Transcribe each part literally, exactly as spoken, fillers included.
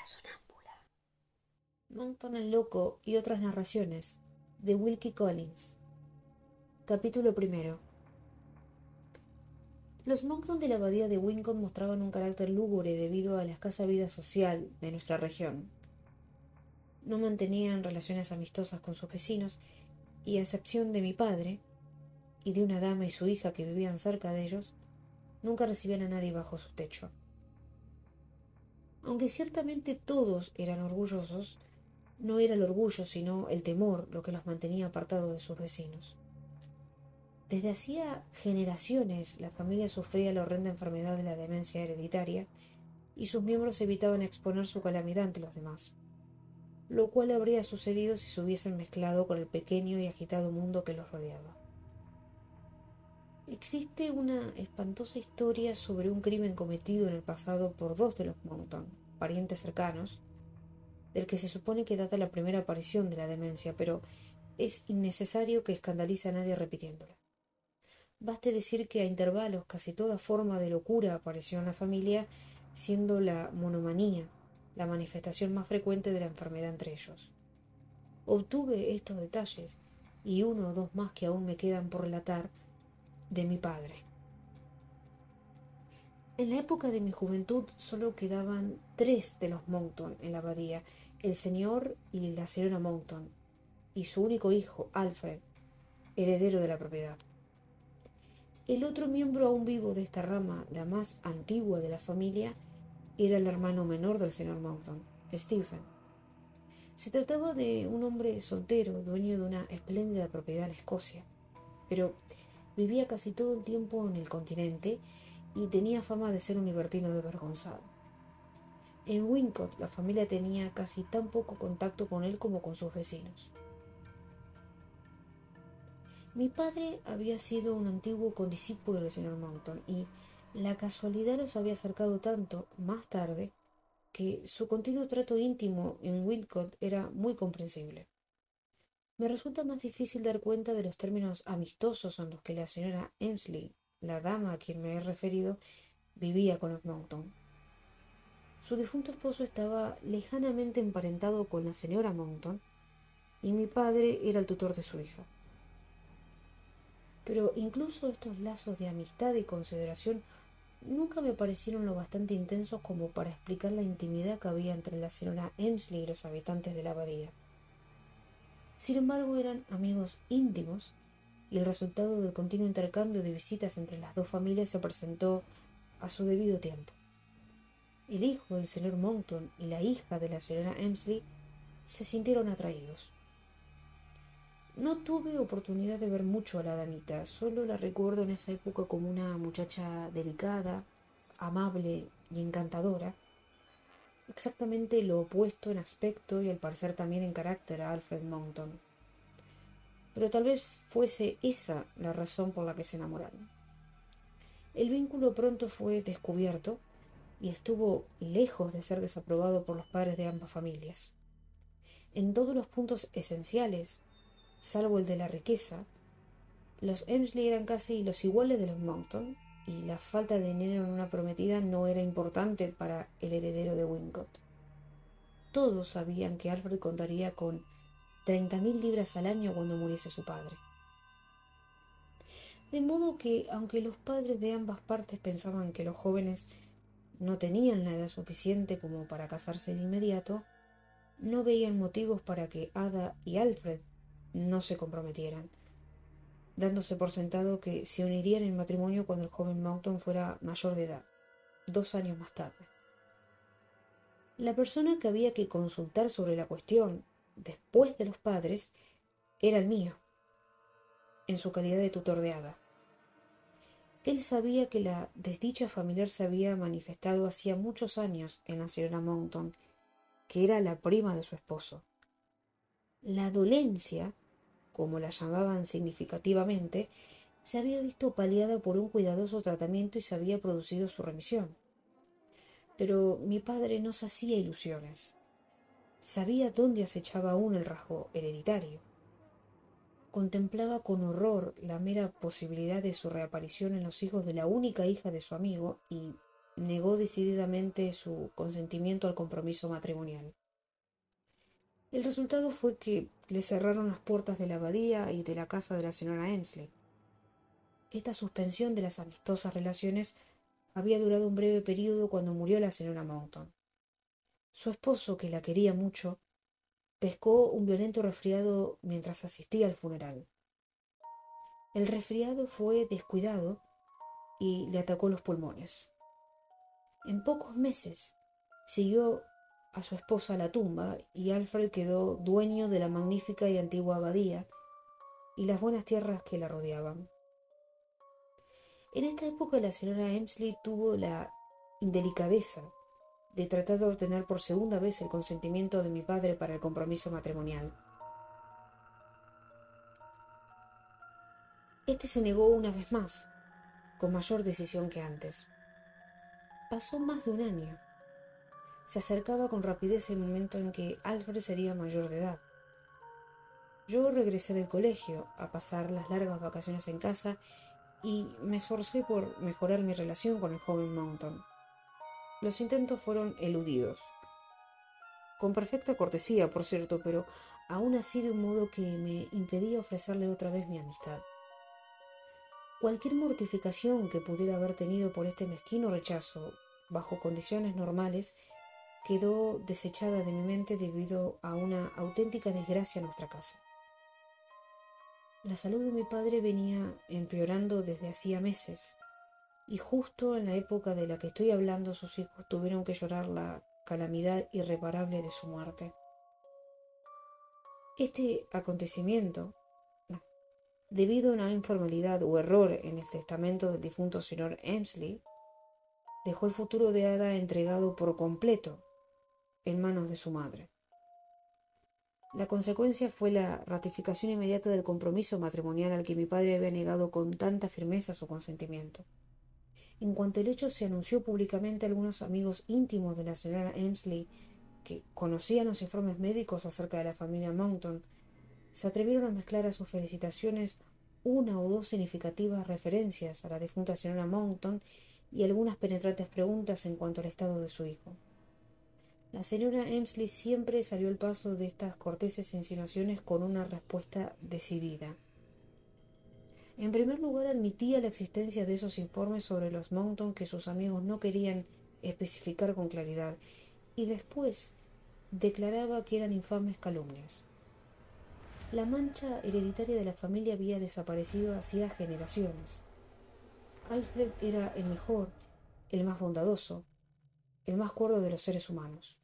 sonámbula. Monckton el loco y otras narraciones de Wilkie Collins. Capítulo primero. Los Monckton de la abadía de Wincott mostraban un carácter lúgubre debido a la escasa vida social de nuestra región. No mantenían relaciones amistosas con sus vecinos y, a excepción de mi padre y de una dama y su hija que vivían cerca de ellos, nunca recibían a nadie bajo su techo. Aunque ciertamente todos eran orgullosos, no era el orgullo sino el temor lo que los mantenía apartados de sus vecinos. Desde hacía generaciones la familia sufría la horrenda enfermedad de la demencia hereditaria y sus miembros evitaban exponer su calamidad ante los demás, lo cual habría sucedido si se hubiesen mezclado con el pequeño y agitado mundo que los rodeaba. Existe una espantosa historia sobre un crimen cometido en el pasado por dos de los Monckton, parientes cercanos, del que se supone que data la primera aparición de la demencia, pero es innecesario que escandalice a nadie repitiéndola. Baste decir que a intervalos casi toda forma de locura apareció en la familia, siendo la monomanía la manifestación más frecuente de la enfermedad entre ellos. Obtuve estos detalles, y uno o dos más que aún me quedan por relatar, de mi padre. En la época de mi juventud solo quedaban tres de los Monckton en la abadía, el señor y la señora Monckton, y su único hijo, Alfred, heredero de la propiedad. El otro miembro aún vivo de esta rama, la más antigua de la familia, era el hermano menor del señor Monckton, Stephen. Se trataba de un hombre soltero, dueño de una espléndida propiedad en Escocia, pero vivía casi todo el tiempo en el continente y tenía fama de ser un libertino desvergonzado. En Wincott la familia tenía casi tan poco contacto con él como con sus vecinos. Mi padre había sido un antiguo condiscípulo del señor Monckton y la casualidad los había acercado tanto más tarde que su continuo trato íntimo en Wincott era muy comprensible. Me resulta más difícil dar cuenta de los términos amistosos en los que la señora Emsley, la dama a quien me he referido, vivía con los Monckton. Su difunto esposo estaba lejanamente emparentado con la señora Monckton y mi padre era el tutor de su hija. Pero incluso estos lazos de amistad y consideración nunca me parecieron lo bastante intensos como para explicar la intimidad que había entre la señora Emsley y los habitantes de la abadía. Sin embargo, eran amigos íntimos y el resultado del continuo intercambio de visitas entre las dos familias se presentó a su debido tiempo. El hijo del señor Monckton y la hija de la señora Emsley se sintieron atraídos. No tuve oportunidad de ver mucho a la damita, solo la recuerdo en esa época como una muchacha delicada, amable y encantadora, exactamente lo opuesto en aspecto y al parecer también en carácter a Alfred Monckton. Pero tal vez fuese esa la razón por la que se enamoraron. El vínculo pronto fue descubierto y estuvo lejos de ser desaprobado por los padres de ambas familias. En todos los puntos esenciales, salvo el de la riqueza, los Emsley eran casi los iguales de los Monckton, y la falta de dinero en una prometida no era importante para el heredero de Wincott. Todos sabían que Alfred contaría con treinta mil libras al año cuando muriese su padre. De modo que, aunque los padres de ambas partes pensaban que los jóvenes no tenían la edad suficiente como para casarse de inmediato, no veían motivos para que Ada y Alfred no se comprometieran, dándose por sentado que se unirían en matrimonio cuando el joven Monckton fuera mayor de edad, dos años más tarde. La persona que había que consultar sobre la cuestión, después de los padres, era el mío, en su calidad de tutor de Ada. Él sabía que la desdicha familiar se había manifestado hacía muchos años en la señora Monckton, que era la prima de su esposo. La dolencia, como la llamaban significativamente, se había visto paliada por un cuidadoso tratamiento y se había producido su remisión. Pero mi padre no se hacía ilusiones. Sabía dónde acechaba aún el rasgo hereditario. Contemplaba con horror la mera posibilidad de su reaparición en los hijos de la única hija de su amigo y, negó decididamente su consentimiento al compromiso matrimonial. El resultado fue que le cerraron las puertas de la abadía y de la casa de la señora Emsley. Esta suspensión de las amistosas relaciones había durado un breve período cuando murió la señora Monkton. Su esposo, que la quería mucho, pescó un violento resfriado mientras asistía al funeral. El resfriado fue descuidado y le atacó los pulmones. En pocos meses siguió a su esposa a la tumba y Alfred quedó dueño de la magnífica y antigua abadía y las buenas tierras que la rodeaban. En esta época la señora Emsley tuvo la indelicadeza de tratar de obtener por segunda vez el consentimiento de mi padre para el compromiso matrimonial. Este se negó una vez más, con mayor decisión que antes. Pasó más de un año. Se acercaba con rapidez el momento en que Alfred sería mayor de edad. Yo regresé del colegio a pasar las largas vacaciones en casa y me esforcé por mejorar mi relación con el joven Monkton. Los intentos fueron eludidos. Con perfecta cortesía, por cierto, pero aún así de un modo que me impedía ofrecerle otra vez mi amistad. Cualquier mortificación que pudiera haber tenido por este mezquino rechazo, bajo condiciones normales, quedó desechada de mi mente debido a una auténtica desgracia en nuestra casa. La salud de mi padre venía empeorando desde hacía meses, y justo en la época de la que estoy hablando sus hijos tuvieron que llorar la calamidad irreparable de su muerte. Este acontecimiento, debido a una informalidad o error en el testamento del difunto señor Emsley, dejó el futuro de Ada entregado por completo en manos de su madre. La consecuencia fue la ratificación inmediata del compromiso matrimonial al que mi padre había negado con tanta firmeza su consentimiento. En cuanto el hecho se anunció públicamente, algunos amigos íntimos de la señora Emsley, que conocían los informes médicos acerca de la familia Monkton, se atrevieron a mezclar a sus felicitaciones una o dos significativas referencias a la difunta señora Monkton y algunas penetrantes preguntas en cuanto al estado de su hijo. La señora Emsley siempre salió al paso de estas corteses insinuaciones con una respuesta decidida. En primer lugar, admitía la existencia de esos informes sobre los Monkton que sus amigos no querían especificar con claridad, y después declaraba que eran infames calumnias. La mancha hereditaria de la familia había desaparecido hacía generaciones. Alfred era el mejor, el más bondadoso, el más cuerdo de los seres humanos.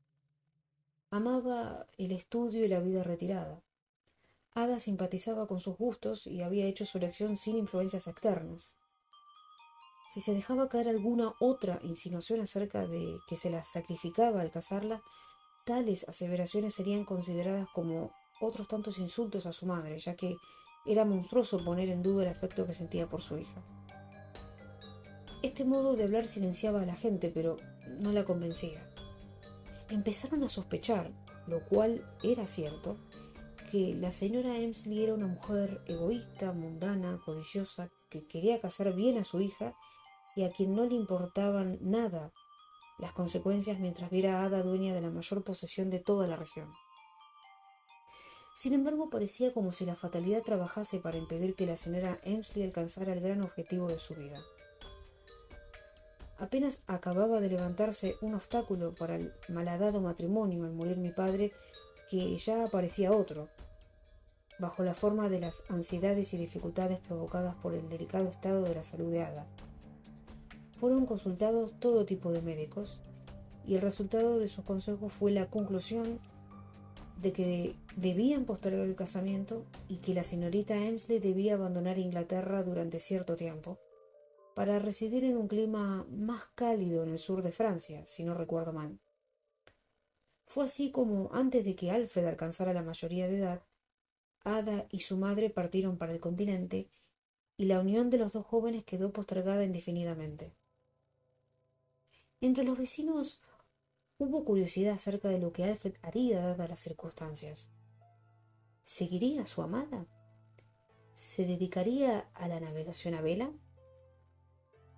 Amaba el estudio y la vida retirada. Ada simpatizaba con sus gustos y había hecho su elección sin influencias externas. Si se dejaba caer alguna otra insinuación acerca de que se la sacrificaba al casarla, tales aseveraciones serían consideradas como otros tantos insultos a su madre, ya que era monstruoso poner en duda el afecto que sentía por su hija. Este modo de hablar silenciaba a la gente, pero no la convencía. Empezaron a sospechar, lo cual era cierto, que la señora Emsley era una mujer egoísta, mundana, codiciosa, que quería casar bien a su hija y a quien no le importaban nada las consecuencias mientras viera a Ada dueña de la mayor posesión de toda la región. Sin embargo, parecía como si la fatalidad trabajase para impedir que la señora Emsley alcanzara el gran objetivo de su vida. Apenas acababa de levantarse un obstáculo para el malhadado matrimonio al morir mi padre, que ya aparecía otro, bajo la forma de las ansiedades y dificultades provocadas por el delicado estado de la salud de Ada. Fueron consultados todo tipo de médicos, y el resultado de sus consejos fue la conclusión de que debían postergar el casamiento y que la señorita Emsley debía abandonar Inglaterra durante cierto tiempo, para residir en un clima más cálido en el sur de Francia, si no recuerdo mal. Fue así como, antes de que Alfred alcanzara la mayoría de edad, Ada y su madre partieron para el continente y la unión de los dos jóvenes quedó postergada indefinidamente. Entre los vecinos hubo curiosidad acerca de lo que Alfred haría dadas las circunstancias. ¿Seguiría a su amada? ¿Se dedicaría a la navegación a vela?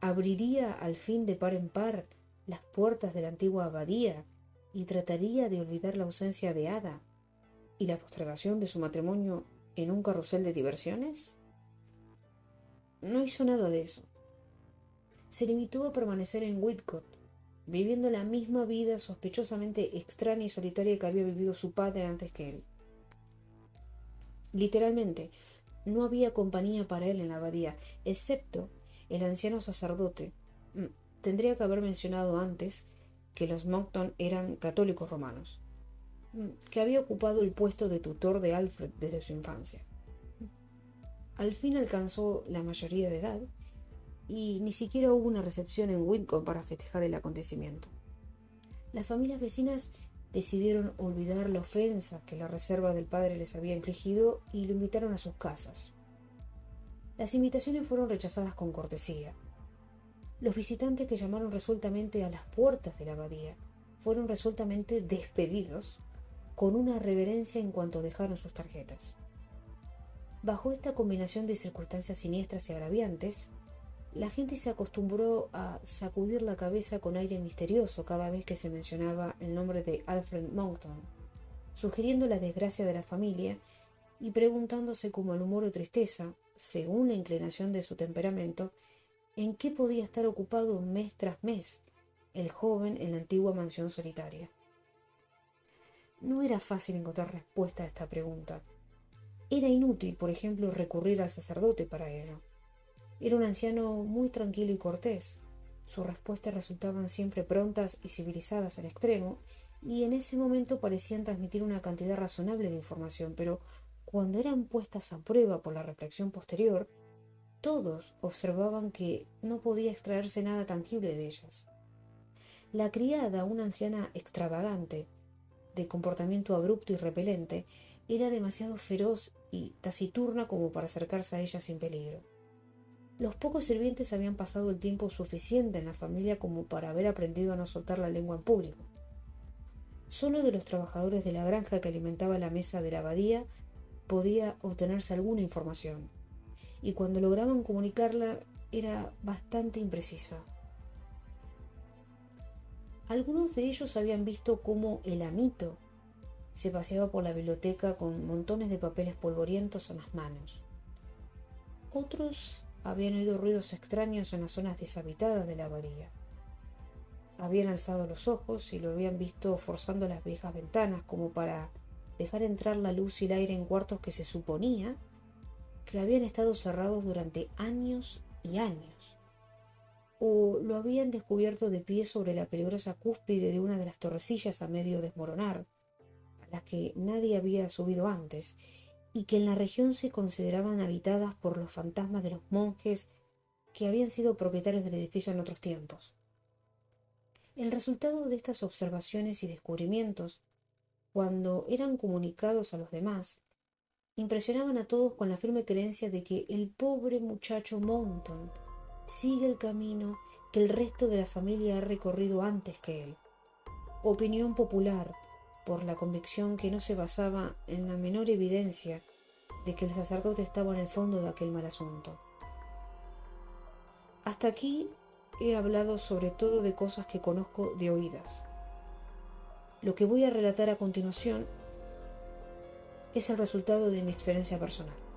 abriría al fin de par en par las puertas de la antigua abadía y trataría de olvidar la ausencia de Ada y la postergación de su matrimonio en un carrusel de diversiones? No hizo nada de eso. Se limitó a permanecer en Whitcote, viviendo la misma vida sospechosamente extraña y solitaria que había vivido su padre antes que él. Literalmente, no había compañía para él en la abadía, excepto el anciano sacerdote. Tendría que haber mencionado antes que los Monckton eran católicos romanos, que había ocupado el puesto de tutor de Alfred desde su infancia. Al fin alcanzó la mayoría de edad y ni siquiera hubo una recepción en Whitcote para festejar el acontecimiento. Las familias vecinas decidieron olvidar la ofensa que la reserva del padre les había infligido y lo invitaron a sus casas. Las invitaciones fueron rechazadas con cortesía. Los visitantes que llamaron resueltamente a las puertas de la abadía fueron resueltamente despedidos con una reverencia en cuanto dejaron sus tarjetas. Bajo esta combinación de circunstancias siniestras y agraviantes, la gente se acostumbró a sacudir la cabeza con aire misterioso cada vez que se mencionaba el nombre de Alfred Monckton, sugiriendo la desgracia de la familia y preguntándose con mal humor o tristeza, según la inclinación de su temperamento, en qué podía estar ocupado mes tras mes el joven en la antigua mansión solitaria. No era fácil encontrar respuesta a esta pregunta. Era inútil, por ejemplo, recurrir al sacerdote para ello. Era un anciano muy tranquilo y cortés. Sus respuestas resultaban siempre prontas y civilizadas al extremo, y en ese momento parecían transmitir una cantidad razonable de información, pero cuando eran puestas a prueba por la reflexión posterior, todos observaban que no podía extraerse nada tangible de ellas. La criada, una anciana extravagante, de comportamiento abrupto y repelente, era demasiado feroz y taciturna como para acercarse a ella sin peligro. Los pocos sirvientes habían pasado el tiempo suficiente en la familia como para haber aprendido a no soltar la lengua en público. Solo de los trabajadores de la granja que alimentaba la mesa de la abadía podía obtenerse alguna información, y cuando lograban comunicarla era bastante imprecisa. Algunos de ellos habían visto cómo el amito se paseaba por la biblioteca con montones de papeles polvorientos en las manos. Otros habían oído ruidos extraños en las zonas deshabitadas de la abadía. Habían alzado los ojos y lo habían visto forzando las viejas ventanas como para dejar entrar la luz y el aire en cuartos que se suponía que habían estado cerrados durante años y años, o lo habían descubierto de pie sobre la peligrosa cúspide de una de las torrecillas a medio desmoronar, a las que nadie había subido antes, y que en la región se consideraban habitadas por los fantasmas de los monjes que habían sido propietarios del edificio en otros tiempos. El resultado de estas observaciones y descubrimientos, cuando eran comunicados a los demás, impresionaban a todos con la firme creencia de que el pobre muchacho Monckton sigue el camino que el resto de la familia ha recorrido antes que él. Opinión popular, por la convicción que no se basaba en la menor evidencia de que el sacerdote estaba en el fondo de aquel mal asunto. Hasta aquí he hablado sobre todo de cosas que conozco de oídas. Lo que voy a relatar a continuación es el resultado de mi experiencia personal.